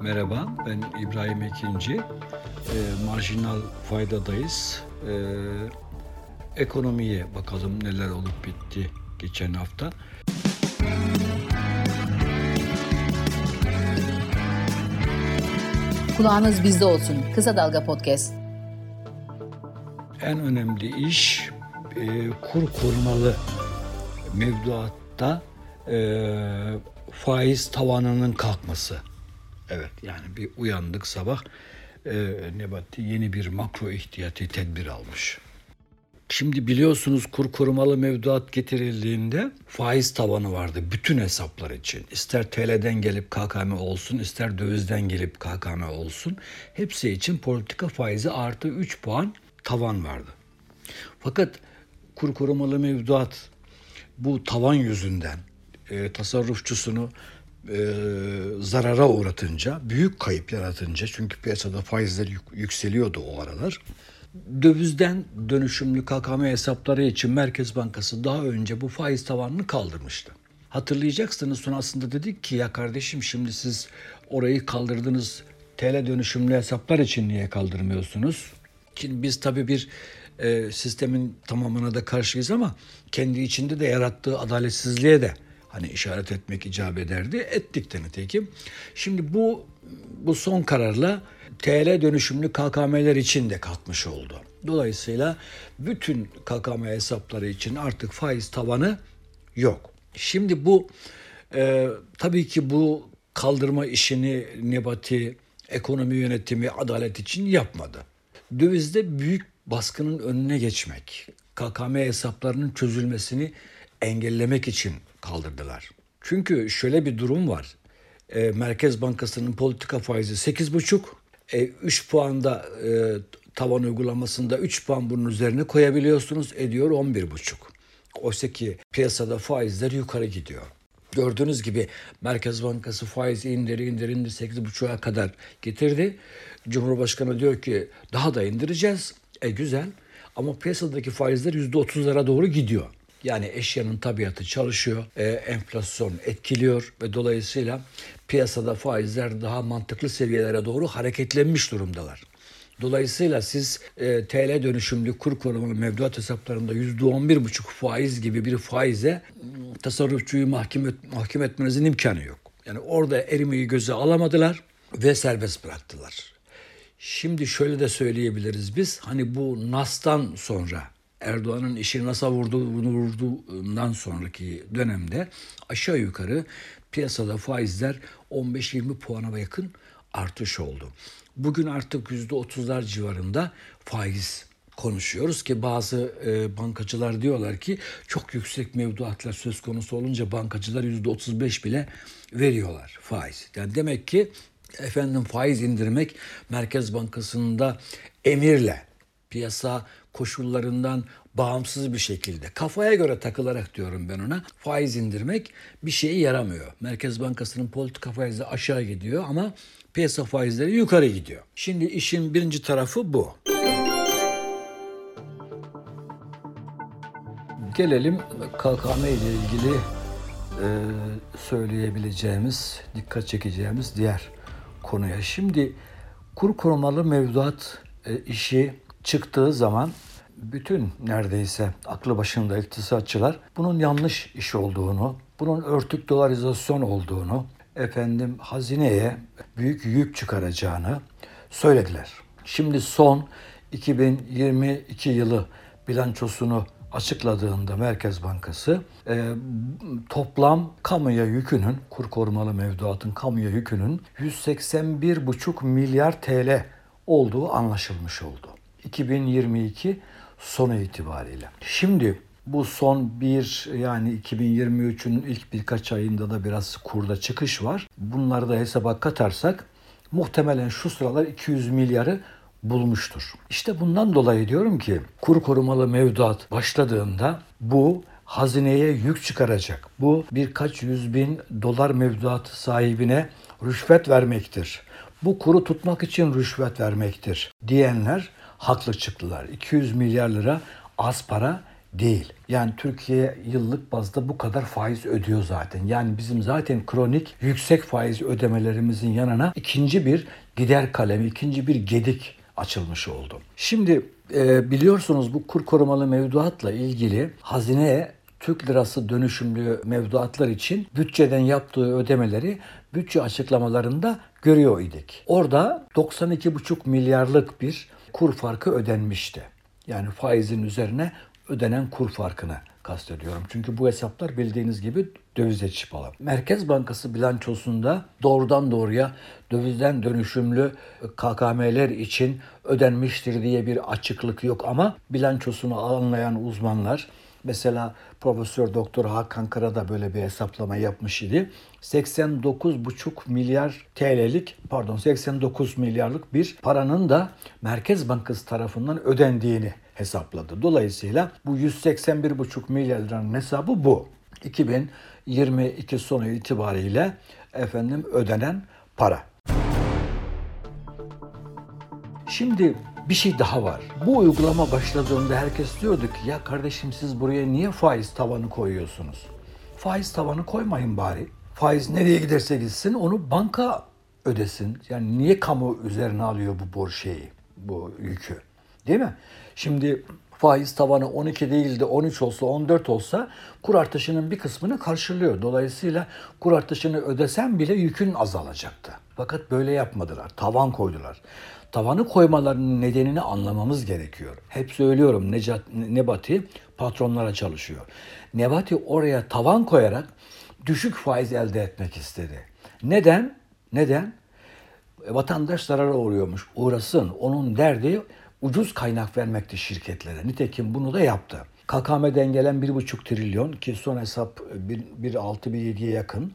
Merhaba, ben İbrahim Ekinci. Marjinal faydadayız. Ekonomiye bakalım neler olup bitti geçen hafta. Kulağınız bizde olsun. Kısa Dalga Podcast. En önemli iş kur korumalı mevduatta faiz tavanının kalkması. Evet, yani bir uyandık sabah, Nebati yeni bir makro ihtiyati tedbir almış. Şimdi biliyorsunuz kur korumalı mevduat getirildiğinde faiz tavanı vardı bütün hesaplar için. İster TL'den gelip KKM olsun, ister dövizden gelip KKM olsun. Hepsi için politika faizi artı 3 puan tavan vardı. Fakat kur korumalı mevduat bu tavan yüzünden tasarrufçusunu zarara uğratınca, büyük kayıp yaratınca, çünkü piyasada faizler yükseliyordu o aralar. Dövizden dönüşümlü KKM hesapları için Merkez Bankası daha önce bu faiz tavanını kaldırmıştı. Hatırlayacaksınız, sonrasında dedik ki ya kardeşim, şimdi siz orayı kaldırdınız, TL dönüşümlü hesaplar için niye kaldırmıyorsunuz? Şimdi biz tabii bir sistemin tamamına da karşıyız ama kendi içinde de yarattığı adaletsizliğe de işaret etmek icap ederdi. Ettik de nitekim. Şimdi bu son kararla TL dönüşümlü KKM'ler için de kalkmış oldu. Dolayısıyla bütün KKM hesapları için artık faiz tavanı yok. Şimdi bu tabii ki bu kaldırma işini Nebati ekonomi yönetimi adalet için yapmadı. Dövizde büyük baskının önüne geçmek, KKM hesaplarının çözülmesini engellemek için kaldırdılar. Çünkü şöyle bir durum var. Merkez Bankası'nın politika faizi 8,5. 3 puanda tavan uygulamasında 3 puan bunun üzerine koyabiliyorsunuz. Ediyor 11,5. Oysa ki piyasada faizler yukarı gidiyor. Gördüğünüz gibi Merkez Bankası faizi indir 8,5'a kadar getirdi. Cumhurbaşkanı diyor ki daha da indireceğiz. Güzel, ama piyasadaki faizler %30'lara doğru gidiyor. Yani eşyanın tabiatı çalışıyor, enflasyon etkiliyor ve dolayısıyla piyasada faizler daha mantıklı seviyelere doğru hareketlenmiş durumdalar. Dolayısıyla siz TL dönüşümlü kur korumalı mevduat hesaplarında %11,5 faiz gibi bir faize tasarrufçuyu mahkum etmenizin imkanı yok. Yani orada erimeyi göze alamadılar ve serbest bıraktılar. Şimdi şöyle de söyleyebiliriz biz, bu NAS'tan sonra, Erdoğan'ın işi NAS'a vurduğundan sonraki dönemde aşağı yukarı piyasada faizler 15-20 puana yakın artış oldu. Bugün artık %30'lar civarında faiz konuşuyoruz ki bazı bankacılar diyorlar ki çok yüksek mevduatlar söz konusu olunca bankacılar %35 bile veriyorlar faiz. Yani demek ki faiz indirmek Merkez Bankası'nda emirle, piyasa koşullarından bağımsız bir şekilde, kafaya göre takılarak diyorum ben ona, faiz indirmek bir şeye yaramıyor. Merkez Bankası'nın politika faizi aşağı gidiyor ama piyasa faizleri yukarı gidiyor. Şimdi işin birinci tarafı bu. Gelelim KKM ile ilgili söyleyebileceğimiz, dikkat çekeceğimiz diğer konuya. Şimdi kur korumalı mevduat işi çıktığı zaman bütün neredeyse aklı başında iktisatçılar bunun yanlış iş olduğunu, bunun örtük dolarizasyon olduğunu, hazineye büyük yük çıkaracağını söylediler. Şimdi son 2022 yılı bilançosunu açıkladığında Merkez Bankası toplam kamuya yükünün, kur korumalı mevduatın kamuya yükünün 181,5 milyar TL olduğu anlaşılmış oldu. 2022 sonu itibariyle. Şimdi bu son 2023'ün ilk birkaç ayında da biraz kurda çıkış var. Bunları da hesaba katarsak muhtemelen şu sıralar 200 milyarı bulmuştur. İşte bundan dolayı diyorum ki kur korumalı mevduat başladığında bu hazineye yük çıkaracak. Bu birkaç 100.000 dolar mevduat sahibine rüşvet vermektir. Bu kuru tutmak için rüşvet vermektir diyenler haklı çıktılar. 200 milyar lira az para değil. Yani Türkiye yıllık bazda bu kadar faiz ödüyor zaten. Yani bizim zaten kronik yüksek faiz ödemelerimizin yanına ikinci bir gider kalemi, ikinci bir gedik açılmış oldu. Şimdi biliyorsunuz bu kur korumalı mevduatla ilgili hazineye Türk lirası dönüşümlü mevduatlar için bütçeden yaptığı ödemeleri bütçe açıklamalarında görüyor idik. Orada 92,5 milyarlık bir kur farkı ödenmişti. Yani faizin üzerine ödenen kur farkını kastediyorum. Çünkü bu hesaplar bildiğiniz gibi dövize çıpalı. Merkez Bankası bilançosunda doğrudan doğruya dövizden dönüşümlü KKM'ler için ödenmiştir diye bir açıklık yok ama bilançosunu anlayan uzmanlar, mesela Profesör Doktor Hakan Kara da böyle bir hesaplama yapmış idi. 89,5 milyar TL'lik 89 milyarlık bir paranın da Merkez Bankası tarafından ödendiğini hesapladı. Dolayısıyla bu 181,5 milyar liranın hesabı bu. 2022 sonu itibariyle ödenen para. Şimdi bir şey daha var. Bu uygulama başladığında herkes diyordu ki ya kardeşim siz buraya niye faiz tavanı koyuyorsunuz? Faiz tavanı koymayın bari. Faiz nereye giderse gitsin onu banka ödesin. Yani niye kamu üzerine alıyor bu yükü? Değil mi? Şimdi faiz tavanı 12 değil de 13 olsa 14 olsa kur artışının bir kısmını karşılıyor. Dolayısıyla kur artışını ödesen bile yükün azalacaktı. Fakat böyle yapmadılar. Tavan koydular. Tavanı koymalarının nedenini anlamamız gerekiyor. Hep söylüyorum Nebati patronlara çalışıyor. Nebati oraya tavan koyarak düşük faiz elde etmek istedi. Neden? Vatandaş zarara uğruyormuş. Uğrasın. Onun derdi ucuz kaynak vermekti şirketlere. Nitekim bunu da yaptı. KKM'den gelen 1,5 trilyon ki son hesap 1,6-1,7'ye yakın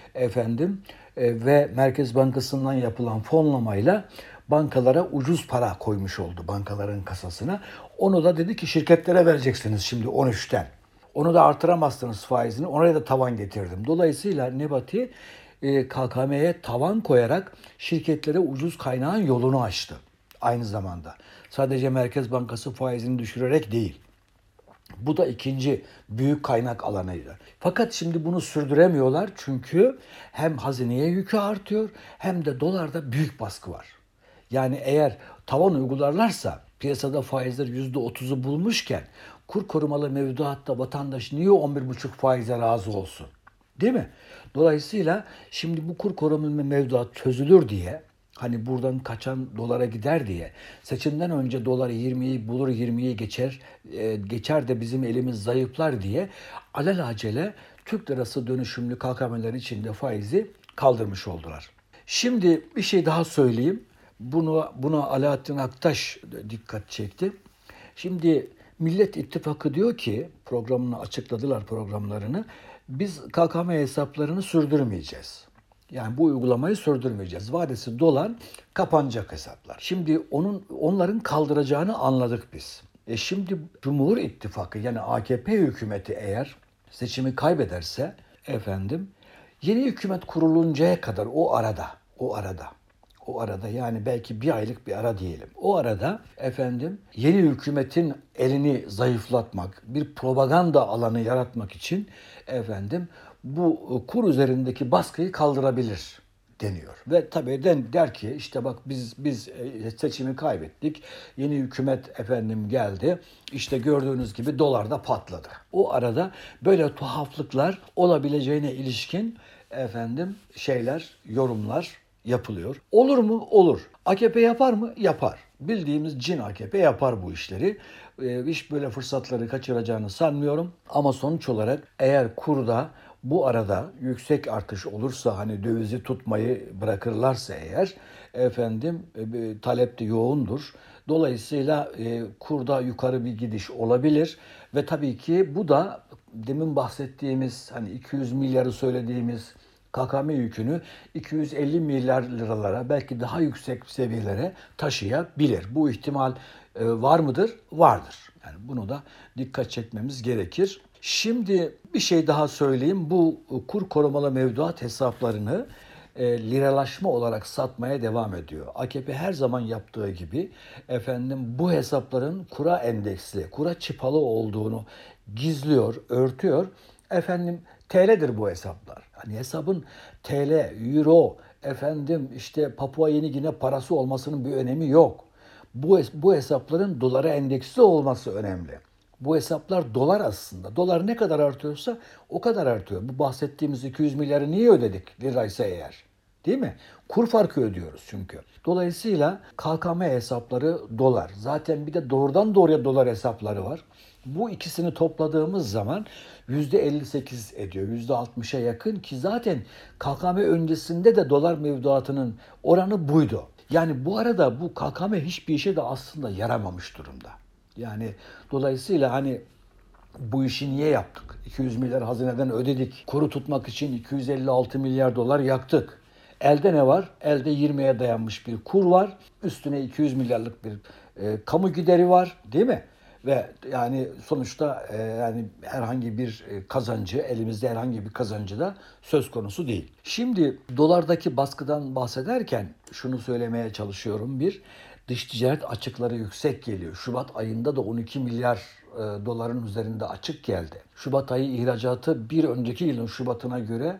ve Merkez Bankası'ndan yapılan fonlamayla bankalara ucuz para koymuş oldu bankaların kasasına. Onu da dedi ki şirketlere vereceksiniz şimdi 13'ten. Onu da artıramazsınız faizini. Oraya da tavan getirdim. Dolayısıyla Nebati KKM'ye tavan koyarak şirketlere ucuz kaynağın yolunu açtı. Aynı zamanda. Sadece Merkez Bankası faizini düşürerek değil. Bu da ikinci büyük kaynak alanıydı. Fakat şimdi bunu sürdüremiyorlar çünkü hem hazineye yükü artıyor hem de dolarda büyük baskı var. Yani eğer tavan uygularlarsa piyasada faizler %30'u bulmuşken kur korumalı mevduatta vatandaş niye 11,5 faize razı olsun? Değil mi? Dolayısıyla şimdi bu kur korumalı mevduat çözülür diye hani buradan kaçan dolara gider diye seçimden önce dolar 20'yi bulur 20'yi geçer de bizim elimiz zayıflar diye alelacele Türk lirası dönüşümlü KKM'lerin içinde faizi kaldırmış oldular. Şimdi bir şey daha söyleyeyim. Buna Alaaddin Aktaş dikkat çekti. Şimdi Millet İttifakı diyor ki programlarını biz KKM hesaplarını sürdürmeyeceğiz. Yani bu uygulamayı sürdürmeyeceğiz. Vadesi dolan kapanacak hesaplar. Şimdi onların kaldıracağını anladık biz. Şimdi Cumhur İttifakı yani AKP hükümeti eğer seçimi kaybederse yeni hükümet kuruluncaya kadar o arada yani belki bir aylık bir ara diyelim. O arada yeni hükümetin elini zayıflatmak, bir propaganda alanı yaratmak için bu kur üzerindeki baskıyı kaldırabilir deniyor. Ve tabii der ki işte bak biz seçimi kaybettik. Yeni hükümet geldi. İşte gördüğünüz gibi dolar da patladı. O arada böyle tuhaflıklar olabileceğine ilişkin yorumlar yapılıyor. Olur mu? Olur. AKP yapar mı? Yapar. Bildiğimiz cin AKP yapar bu işleri. Hiç böyle fırsatları kaçıracağını sanmıyorum. Ama sonuç olarak eğer kurda bu arada yüksek artış olursa hani dövizi tutmayı bırakırlarsa eğer talep de yoğundur. Dolayısıyla kurda yukarı bir gidiş olabilir ve tabii ki bu da demin bahsettiğimiz hani 200 milyarı söylediğimiz KKM yükünü 250 milyar liralara belki daha yüksek seviyelere taşıyabilir. Bu ihtimal var mıdır? Vardır. Yani bunu da dikkat çekmemiz gerekir. Şimdi bir şey daha söyleyeyim. Bu kur korumalı mevduat hesaplarını liralaşma olarak satmaya devam ediyor. AKP her zaman yaptığı gibi bu hesapların kura endeksli, kura çıpalı olduğunu gizliyor, örtüyor. TL'dir bu hesaplar. Hani hesabın TL, Euro, Papua Yeni Gine parası olmasının bir önemi yok. Bu hesapların dolara endeksli olması önemli. Bu hesaplar dolar aslında. Dolar ne kadar artıyorsa o kadar artıyor. Bu bahsettiğimiz 200 milyarı niye ödedik liraysa eğer? Değil mi? Kur farkı ödüyoruz çünkü. Dolayısıyla KKM hesapları dolar. Zaten bir de doğrudan doğruya dolar hesapları var. Bu ikisini topladığımız zaman %58 ediyor. %60'a yakın ki zaten KKM öncesinde de dolar mevduatının oranı buydu. Yani bu arada bu KKM hiçbir işe de aslında yaramamış durumda. Yani dolayısıyla bu işi niye yaptık? 200 milyar hazineden ödedik. Kuru tutmak için 256 milyar dolar yaktık. Elde ne var? Elde 20'ye dayanmış bir kur var. Üstüne 200 milyarlık bir kamu gideri var, değil mi? Ve yani sonuçta herhangi bir kazancı, elimizde herhangi bir kazancı da söz konusu değil. Şimdi dolardaki baskıdan bahsederken şunu söylemeye çalışıyorum. Dış ticaret açıkları yüksek geliyor. Şubat ayında da 12 milyar doların üzerinde açık geldi. Şubat ayı ihracatı bir önceki yılın Şubat'ına göre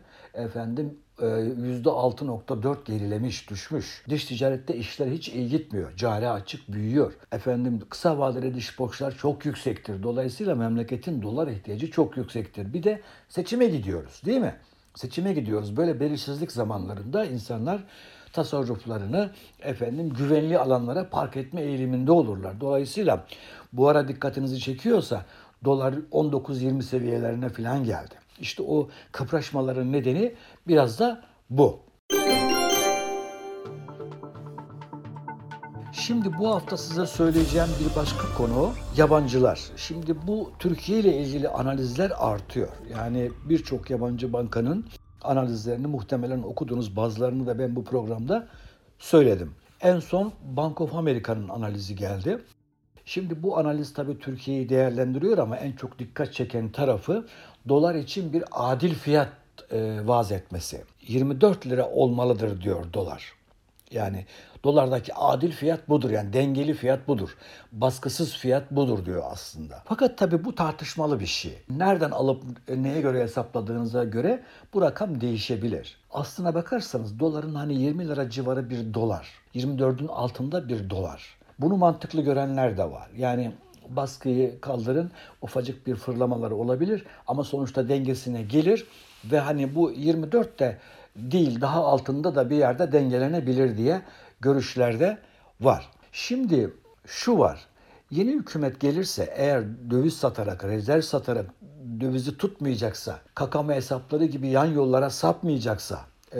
%6.4 gerilemiş, düşmüş. Dış ticarette işler hiç iyi gitmiyor. Cari açık büyüyor. Kısa vadeli dış borçlar çok yüksektir. Dolayısıyla memleketin dolar ihtiyacı çok yüksektir. Bir de seçime gidiyoruz, değil mi? Seçime gidiyoruz. Böyle belirsizlik zamanlarında insanlar tasarruflarını güvenli alanlara park etme eğiliminde olurlar. Dolayısıyla bu ara dikkatinizi çekiyorsa dolar 19-20 seviyelerine falan geldi. İşte o kıpraşmaların nedeni biraz da bu. Şimdi bu hafta size söyleyeceğim bir başka konu yabancılar. Şimdi bu Türkiye ile ilgili analizler artıyor. Yani birçok yabancı bankanın analizlerini muhtemelen okudunuz. Bazılarını da ben bu programda söyledim. En son Bank of America'nın analizi geldi. Şimdi bu analiz tabii Türkiye'yi değerlendiriyor ama en çok dikkat çeken tarafı dolar için bir adil fiyat vaaz etmesi. 24 lira olmalıdır diyor dolar. Yani dolardaki adil fiyat budur, yani dengeli fiyat budur. Baskısız fiyat budur diyor aslında. Fakat tabii bu tartışmalı bir şey. Nereden alıp neye göre hesapladığınıza göre bu rakam değişebilir. Aslına bakarsanız doların 20 lira civarı bir dolar, 24'ün altında bir dolar. Bunu mantıklı görenler de var. Yani baskıyı kaldırın, ufacık bir fırlamaları olabilir ama sonuçta dengesine gelir ve bu 24 de değil daha altında da bir yerde dengelenebilir diye görüşlerde var. Şimdi şu var. Yeni hükümet gelirse eğer döviz satarak, rezerv satarak dövizi tutmayacaksa, KKM hesapları gibi yan yollara sapmayacaksa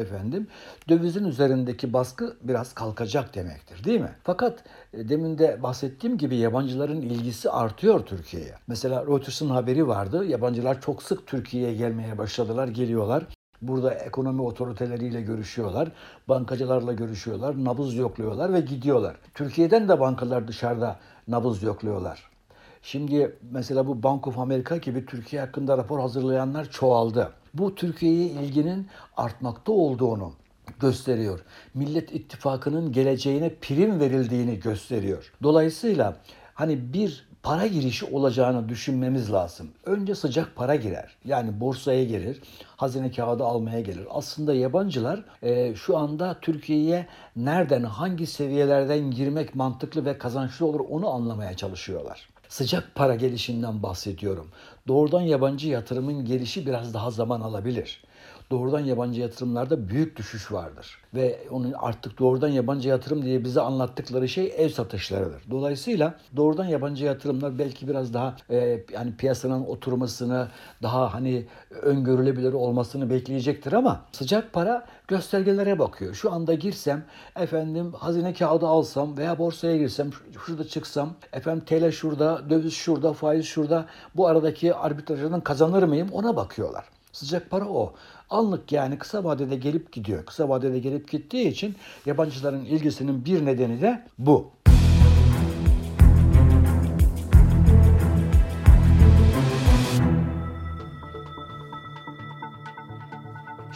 dövizin üzerindeki baskı biraz kalkacak demektir, değil mi? Fakat demin de bahsettiğim gibi yabancıların ilgisi artıyor Türkiye'ye. Mesela Reuters'ın haberi vardı. Yabancılar çok sık Türkiye'ye gelmeye başladılar, geliyorlar. Burada ekonomi otoriteleriyle görüşüyorlar, bankacılarla görüşüyorlar, nabız yokluyorlar ve gidiyorlar. Türkiye'den de bankalar dışarıda nabız yokluyorlar. Şimdi mesela bu Bank of America gibi Türkiye hakkında rapor hazırlayanlar çoğaldı. Bu Türkiye'ye ilginin artmakta olduğunu gösteriyor. Millet İttifakı'nın geleceğine prim verildiğini gösteriyor. Dolayısıyla bir para girişi olacağını düşünmemiz lazım. Önce sıcak para girer. Yani borsaya gelir, hazine kağıdı almaya gelir. Aslında yabancılar şu anda Türkiye'ye nereden, hangi seviyelerden girmek mantıklı ve kazançlı olur onu anlamaya çalışıyorlar. Sıcak para gelişinden bahsediyorum. Doğrudan yabancı yatırımın gelişi biraz daha zaman alabilir. Doğrudan yabancı yatırımlarda büyük düşüş vardır. Ve onun artık doğrudan yabancı yatırım diye bize anlattıkları şey ev satışlarıdır. Dolayısıyla doğrudan yabancı yatırımlar belki biraz daha piyasanın oturmasını, daha öngörülebilir olmasını bekleyecektir ama sıcak para göstergelere bakıyor. Şu anda girsem, hazine kağıdı alsam veya borsaya girsem, şurada çıksam, TL şurada, döviz şurada, faiz şurada, bu aradaki arbitrajdan kazanır mıyım ona bakıyorlar. Sıcak para o. Anlık kısa vadede gelip gidiyor. Kısa vadede gelip gittiği için yabancıların ilgisinin bir nedeni de bu.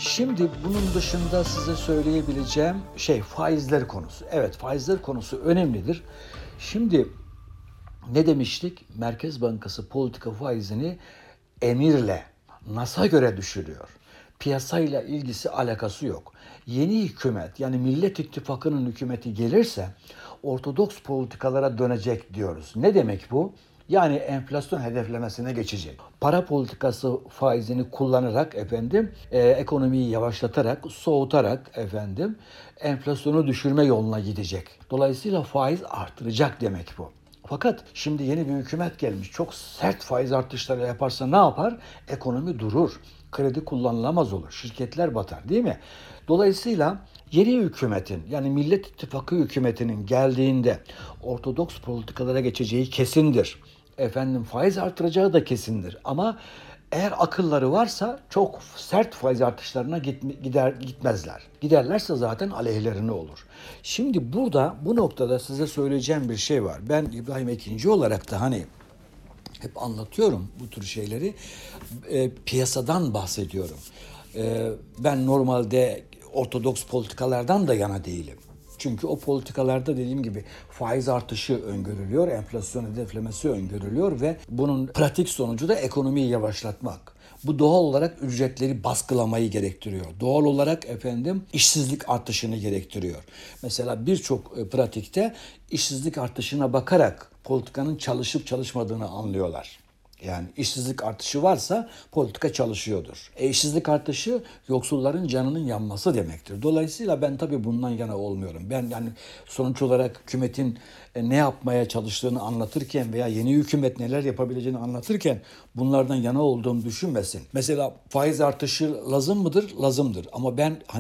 Şimdi bunun dışında size söyleyebileceğim faizler konusu. Evet, faizler konusu önemlidir. Şimdi ne demiştik? Merkez Bankası politika faizini emirle, NAS'a göre düşürüyor. Piyasayla ilgisi, alakası yok. Yeni hükümet, yani Millet İttifakı'nın hükümeti gelirse ortodoks politikalara dönecek diyoruz. Ne demek bu? Yani enflasyon hedeflemesine geçecek. Para politikası faizini kullanarak ekonomiyi yavaşlatarak, soğutarak enflasyonu düşürme yoluna gidecek. Dolayısıyla faiz artıracak demek bu. Fakat şimdi yeni bir hükümet gelmiş. Çok sert faiz artışları yaparsa ne yapar? Ekonomi durur. Kredi kullanılamaz olur. Şirketler batar, değil mi? Dolayısıyla yeni hükümetin, yani Millet İttifakı hükümetinin geldiğinde ortodoks politikalara geçeceği kesindir. Faiz artıracağı da kesindir. Ama eğer akılları varsa çok sert faiz artışlarına gitmezler. Giderlerse zaten aleyhlerine olur. Şimdi burada bu noktada size söyleyeceğim bir şey var. Ben İbrahim Ekinci olarak da hep anlatıyorum bu tür şeyleri. Piyasadan bahsediyorum. Ben normalde ortodoks politikalardan da yana değilim. Çünkü o politikalarda dediğim gibi faiz artışı öngörülüyor, enflasyon hedeflemesi öngörülüyor ve bunun pratik sonucu da ekonomiyi yavaşlatmak. Bu doğal olarak ücretleri baskılamayı gerektiriyor. Doğal olarak işsizlik artışını gerektiriyor. Mesela birçok pratikte işsizlik artışına bakarak politikanın çalışıp çalışmadığını anlıyorlar. Yani işsizlik artışı varsa politika çalışıyordur. İşsizlik artışı yoksulların canının yanması demektir. Dolayısıyla ben tabii bundan yana olmuyorum. Ben sonuç olarak hükümetin ne yapmaya çalıştığını anlatırken veya yeni hükümet neler yapabileceğini anlatırken bunlardan yana olduğumu düşünmesin. Mesela faiz artışı lazım mıdır? Lazımdır. Ama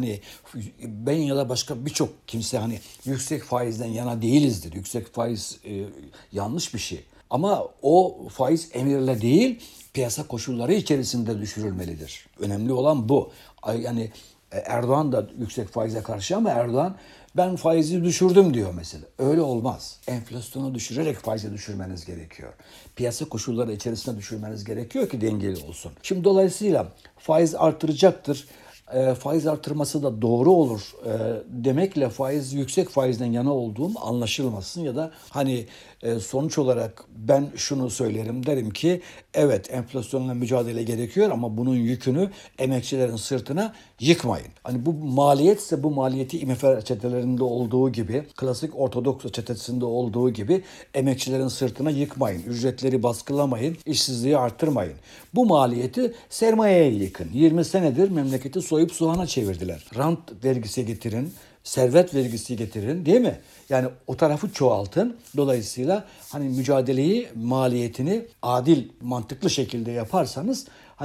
ben ya da başka birçok kimse yüksek faizden yana değilizdir. Yüksek faiz yanlış bir şey. Ama o faiz emirle değil, piyasa koşulları içerisinde düşürülmelidir. Önemli olan bu. Yani Erdoğan da yüksek faize karşı ama Erdoğan ben faizi düşürdüm diyor mesela. Öyle olmaz. Enflasyonu düşürerek faizi düşürmeniz gerekiyor. Piyasa koşulları içerisinde düşürmeniz gerekiyor ki dengeli olsun. Şimdi dolayısıyla faiz artıracaktır. Faiz artırması da doğru olur demekle yüksek faizden yana olduğum anlaşılmasın ya da sonuç olarak ben şunu söylerim, derim ki evet, enflasyonla mücadele gerekiyor ama bunun yükünü emekçilerin sırtına yıkmayın. Bu maliyetse bu maliyeti IMF çetelerinde olduğu gibi, klasik ortodoks çetesinde olduğu gibi emekçilerin sırtına yıkmayın. Ücretleri baskılamayın, işsizliği artırmayın. Bu maliyeti sermayeye yıkın. 20 senedir memleketi soyup soğana çevirdiler. Rant vergisi getirin, servet vergisi getirin, değil mi? Yani o tarafı çoğaltın. Dolayısıyla mücadeleyi, maliyetini adil, mantıklı şekilde yaparsanız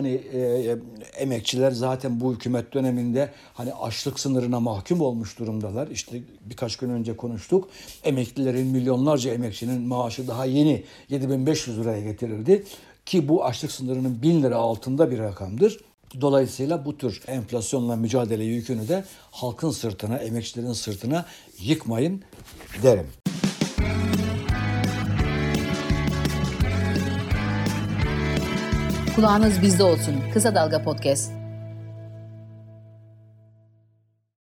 emekçiler zaten bu hükümet döneminde açlık sınırına mahkum olmuş durumdalar. İşte birkaç gün önce konuştuk. Milyonlarca emekçinin maaşı daha yeni 7.500 liraya getirildi. Ki bu açlık sınırının 1.000 lira altında bir rakamdır. Dolayısıyla bu tür enflasyonla mücadele yükünü de halkın sırtına, emekçilerin sırtına yıkmayın derim. Kulağınız bizde olsun. Kısa Dalga Podcast.